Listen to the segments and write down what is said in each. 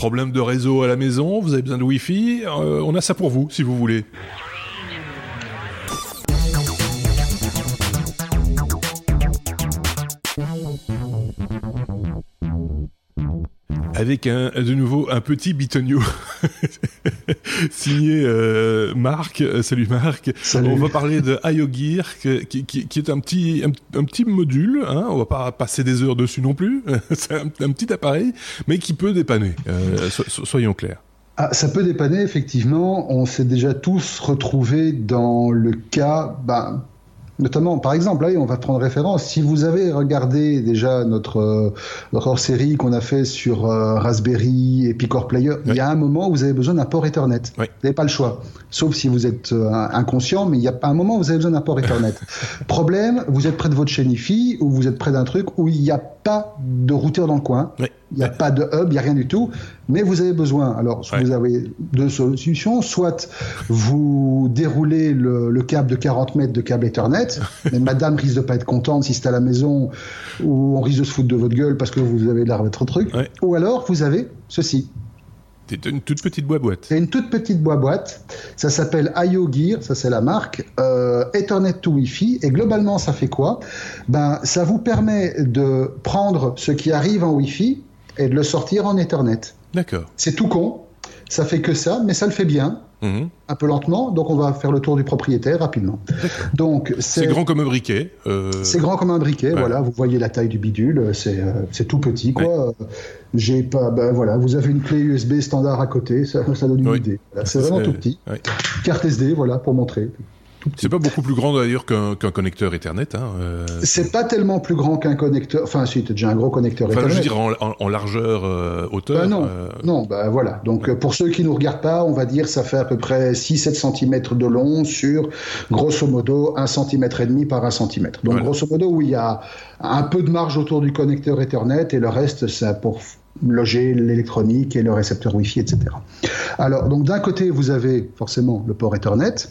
problème de réseau à la maison, vous avez besoin de Wi-Fi, on a ça pour vous, si vous voulez. Avec de nouveau un petit bitonio signé Marc. Salut Marc. Salut. On va parler de IoGear qui est un petit module. Hein, on va pas passer des heures dessus non plus. C'est un petit appareil, mais qui peut dépanner. Soyons clairs. Ah, ça peut dépanner, effectivement. On s'est déjà tous retrouvés dans le cas... Notamment, par exemple, là, on va prendre référence. Si vous avez regardé déjà notre hors-série qu'on a fait sur Raspberry et Picor Player, il y a un moment où vous avez besoin d'un port Ethernet. Oui. Vous n'avez pas le choix. Sauf si vous êtes inconscient, mais il y a un moment où vous avez besoin d'un port Ethernet. Problème, vous êtes près de votre chaîne Wi-Fi ou vous êtes près d'un truc où il n'y a pas de routeur dans le coin. Oui. Il n'y a pas de hub, il n'y a rien du tout, mais vous avez besoin. Alors, vous avez deux solutions. Soit vous déroulez le câble de 40 mètres de câble Ethernet, mais madame risque de pas être contente si c'est à la maison, ou on risque de se foutre de votre gueule parce que vous avez l'air d'être truc. Ouais. Ou alors, vous avez ceci. C'est une toute petite boîte. C'est une toute petite boîte. Ça s'appelle IoGear, ça c'est la marque. Ethernet to Wi-Fi. Et globalement, ça fait quoi ? Ça vous permet de prendre ce qui arrive en Wi-Fi et de le sortir en Ethernet. D'accord. C'est tout con, ça fait que ça, mais ça le fait bien, un peu lentement, donc on va faire le tour du propriétaire rapidement. Donc, c'est grand comme un briquet. C'est grand comme un briquet, voilà, vous voyez la taille du bidule, c'est tout petit, quoi. J'ai pas, voilà, vous avez une clé USB standard à côté, ça donne une idée. Voilà, c'est vraiment tout petit. Carte SD, voilà, pour montrer. C'est pas beaucoup plus grand d'ailleurs qu'un connecteur Ethernet. C'est pas tellement plus grand qu'un connecteur. Enfin, si, t'as déjà un gros connecteur Ethernet. Je veux dire en largeur, hauteur. Non, voilà. Donc, pour ceux qui nous regardent pas, on va dire ça fait à peu près 6-7 cm de long sur, grosso modo, 1,5 cm par 1 cm. Donc, grosso modo, où il y a un peu de marge autour du connecteur Ethernet et le reste, c'est pour loger l'électronique et le récepteur Wi-Fi, etc. Alors, donc, d'un côté, vous avez forcément le port Ethernet.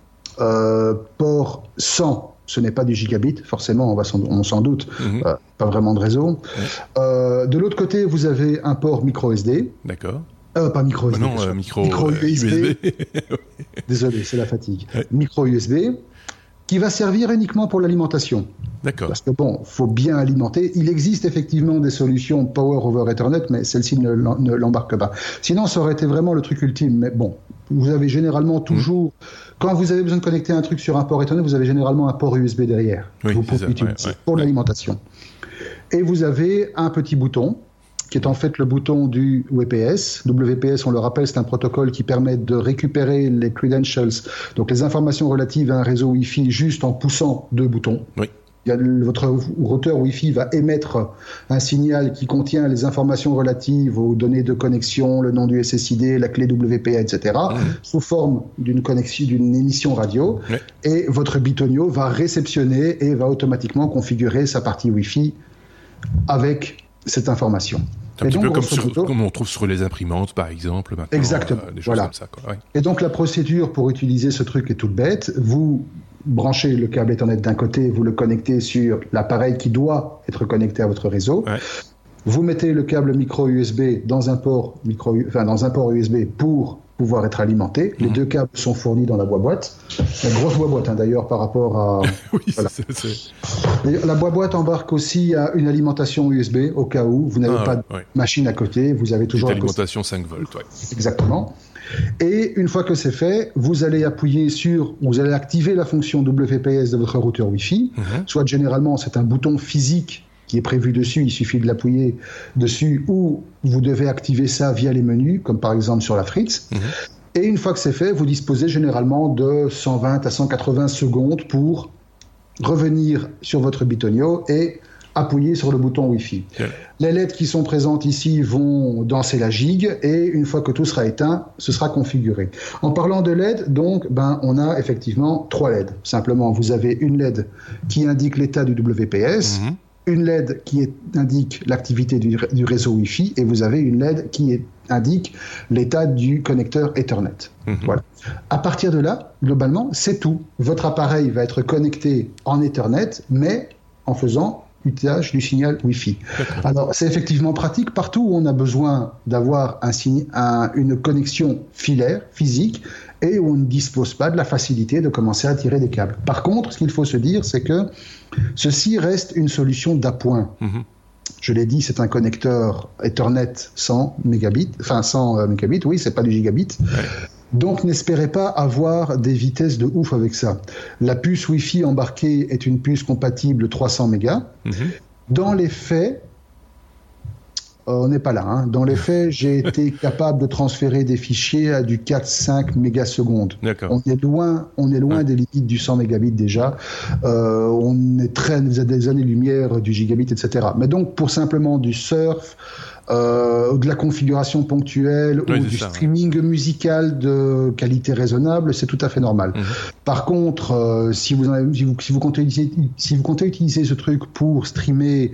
Port 100, ce n'est pas du gigabit, forcément, on s'en doute, pas vraiment de réseau. De l'autre côté, vous avez un port micro SD. D'accord. Pas micro SD. Micro USB. Désolé, c'est la fatigue. Micro USB, qui va servir uniquement pour l'alimentation. D'accord. Parce que faut bien alimenter. Il existe effectivement des solutions Power over Ethernet, mais celle-ci ne l'embarque pas. Sinon, ça aurait été vraiment le truc ultime. Mais bon, vous avez généralement toujours, quand vous avez besoin de connecter un truc sur un port Ethernet, vous avez généralement un port USB derrière. Vous pouvez utiliser pour l'alimentation. Et vous avez un petit bouton, qui est en fait le bouton du WPS. WPS, on le rappelle, c'est un protocole qui permet de récupérer les credentials, donc les informations relatives à un réseau Wi-Fi, juste en poussant deux boutons. Oui. Votre routeur Wi-Fi va émettre un signal qui contient les informations relatives aux données de connexion, le nom du SSID, la clé WPA, etc., sous forme d'une connexion, d'une émission radio. Et votre bitonio va réceptionner et va automatiquement configurer sa partie Wi-Fi avec cette information. C'est un petit peu comme on trouve sur les imprimantes, par exemple. Exactement. Des choses comme ça, quoi. Et donc, la procédure pour utiliser ce truc est toute bête. Vous branchez le câble Ethernet d'un côté, vous le connectez sur l'appareil qui doit être connecté à votre réseau. Vous mettez le câble micro USB dans un port USB pour pouvoir être alimenté. Les deux câbles sont fournis dans la boîte. La grosse boîte, d'ailleurs, par rapport à... Oui, voilà. La boîte embarque aussi une alimentation USB, au cas où vous n'avez pas de machine à côté. Vous avez toujours... Une alimentation 5 volts, Exactement. Et une fois que c'est fait, vous allez activer la fonction WPS de votre routeur Wi-Fi. Soit généralement, c'est un bouton physique qui est prévu dessus, il suffit de l'appuyer dessus, ou vous devez activer ça via les menus, comme par exemple sur la Fritz. Et une fois que c'est fait, vous disposez généralement de 120 à 180 secondes pour revenir sur votre bitonio et appuyer sur le bouton Wi-Fi. Les LED qui sont présentes ici vont danser la gigue et une fois que tout sera éteint, ce sera configuré. En parlant de LED, donc, on a effectivement 3 LED. Simplement, vous avez une LED qui indique l'état du WPS, une LED qui indique l'activité du réseau Wi-Fi et vous avez une LED qui indique l'état du connecteur Ethernet. Voilà. À partir de là, globalement, c'est tout. Votre appareil va être connecté en Ethernet, mais en faisant usage du signal Wi-Fi. Alors, c'est effectivement pratique partout où on a besoin d'avoir une connexion filaire, physique, et où on ne dispose pas de la facilité de commencer à tirer des câbles. Par contre, ce qu'il faut se dire, c'est que ceci reste une solution d'appoint. Je l'ai dit, c'est un connecteur Ethernet 100 mégabits, oui, c'est pas du gigabit. Donc, n'espérez pas avoir des vitesses de ouf avec ça. La puce Wi-Fi embarquée est une puce compatible 300 mégas. Dans les faits, on n'est pas là. Hein. Dans les faits, j'ai été capable de transférer des fichiers à du 4-5 mégasecondes. D'accord. On est loin des limites du 100 mégabits déjà. On est très à des années-lumière du gigabit, etc. Mais donc, pour simplement du surf, de la configuration ponctuelle ou du streaming musical de qualité raisonnable, c'est tout à fait normal. Par contre, si vous comptez utiliser ce truc pour streamer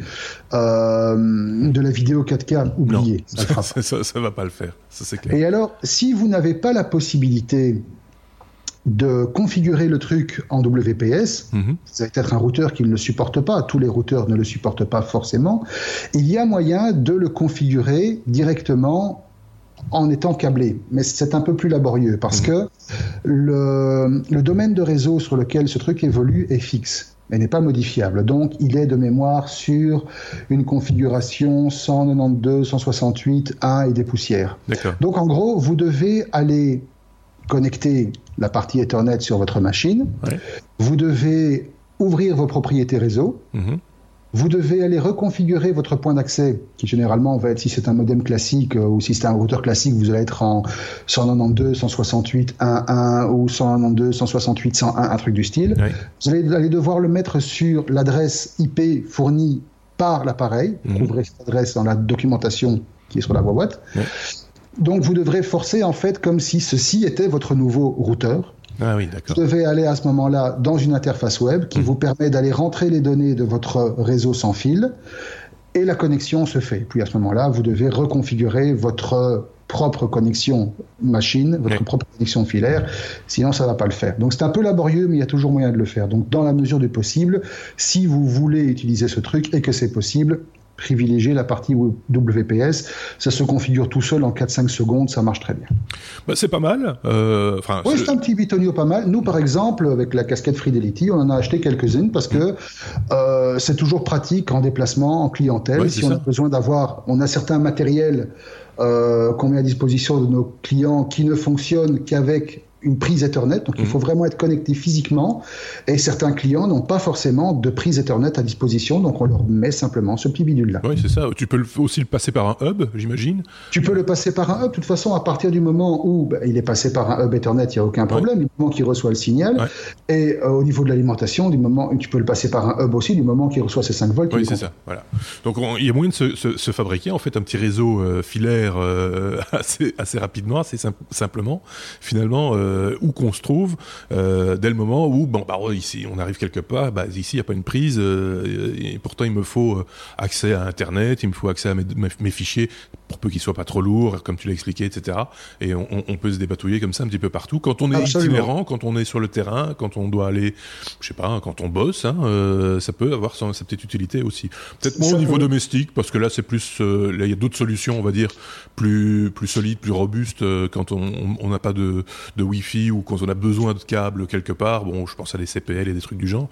de la vidéo 4K, oubliez. Non, ça va pas le faire, ça c'est clair. Et alors, si vous n'avez pas la possibilité de configurer le truc en WPS, ça va être un routeur qui ne le supporte pas, tous les routeurs ne le supportent pas forcément, il y a moyen de le configurer directement en étant câblé, mais c'est un peu plus laborieux parce que le domaine de réseau sur lequel ce truc évolue est fixe mais n'est pas modifiable, donc il est de mémoire sur une configuration 192, 168, 1 et des poussières. D'accord. Donc en gros, vous devez aller connecter la partie Ethernet sur votre machine. Vous devez ouvrir vos propriétés réseau. Vous devez aller reconfigurer votre point d'accès, qui généralement va être, si c'est un modem classique ou si c'est un routeur classique, vous allez être en 192, 168, 1.1 ou 192, 168, 101, un truc du style. Vous allez devoir le mettre sur l'adresse IP fournie par l'appareil. Vous trouverez cette adresse dans la documentation qui est sur la boîte. Donc, vous devrez forcer, en fait, comme si ceci était votre nouveau routeur. Ah oui, d'accord. Vous devez aller à ce moment-là dans une interface web qui vous permet d'aller rentrer les données de votre réseau sans fil et la connexion se fait. Puis à ce moment-là, vous devez reconfigurer votre propre connexion machine, votre propre connexion filaire, sinon ça ne va pas le faire. Donc c'est un peu laborieux, mais il y a toujours moyen de le faire. Donc dans la mesure du possible, si vous voulez utiliser ce truc et que c'est possible, privilégier la partie WPS, ça se configure tout seul en 4-5 secondes, ça marche très bien. Bah, c'est pas mal. Oui, c'est un petit bitonio pas mal. Nous, par exemple, avec la casquette Fidelity, on en a acheté quelques-unes parce que c'est toujours pratique en déplacement, en clientèle. Si on a besoin on a certains matériels qu'on met à disposition de nos clients qui ne fonctionnent qu'avec une prise Ethernet, donc il faut vraiment être connecté physiquement, et certains clients n'ont pas forcément de prise Ethernet à disposition, donc on leur met simplement ce petit bidule-là. Oui, c'est ça. Tu peux aussi le passer par un hub, j'imagine. Tu peux le passer par un hub, de toute façon, à partir du moment où il est passé par un hub Ethernet, il n'y a aucun problème, du moment qu'il reçoit le signal, et au niveau de l'alimentation, du moment où tu peux le passer par un hub aussi, du moment qu'il reçoit ses 5 volts. Oui, c'est ça, voilà. Donc il y a moyen de se fabriquer, en fait, un petit réseau filaire assez rapidement, assez simplement, finalement, où qu'on se trouve, dès le moment où ici on arrive quelque part, ici il n'y a pas une prise, et pourtant il me faut accès à Internet, il me faut accès à mes fichiers, pour peu qu'ils soient pas trop lourds, comme tu l'as expliqué, etc. Et on peut se dépatouiller comme ça un petit peu partout. Quand on est itinérant, quand on est sur le terrain, quand on doit aller, je sais pas, quand on bosse, ça peut avoir sa petite utilité aussi. Peut-être moins au niveau domestique, parce que là c'est plus, là il y a d'autres solutions, on va dire, plus solides, plus robustes, quand on n'a pas de Wi-Fi ou quand on a besoin de câbles quelque part. Bon, je pense à des CPL et des trucs du genre.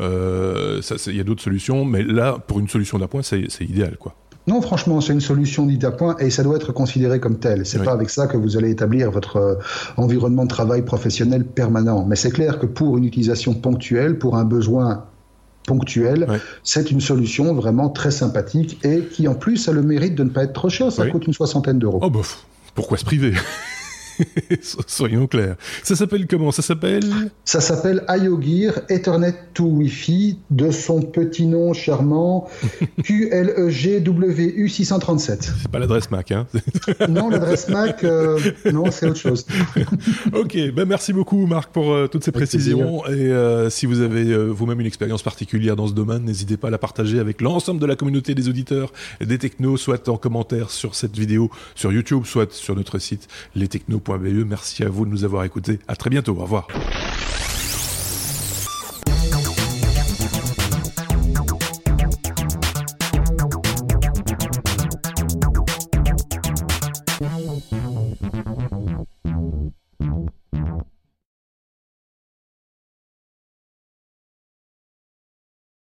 Il y a d'autres solutions, mais là, pour une solution d'appoint, c'est idéal, quoi. Non, franchement, c'est une solution dite à point et ça doit être considéré comme tel. C'est pas avec ça que vous allez établir votre environnement de travail professionnel permanent. Mais c'est clair que pour une utilisation ponctuelle, pour un besoin ponctuel, c'est une solution vraiment très sympathique et qui en plus a le mérite de ne pas être trop cher. Ça coûte une 60aine d'euros. Oh pourquoi se priver? Soyons clairs. Ça s'appelle comment? Ça s'appelle IoGear Ethernet to Wi-Fi, de son petit nom charmant QLEGWU637. C'est pas l'adresse Mac, hein? Non, l'adresse Mac, non, c'est autre chose. Ok, merci beaucoup Marc pour toutes ces précisions. Et si vous avez vous-même une expérience particulière dans ce domaine, n'hésitez pas à la partager avec l'ensemble de la communauté des auditeurs des technos, soit en commentaire sur cette vidéo sur YouTube, soit sur notre site lestechnos.be. Merci à vous de nous avoir écoutés. À très bientôt. Au revoir.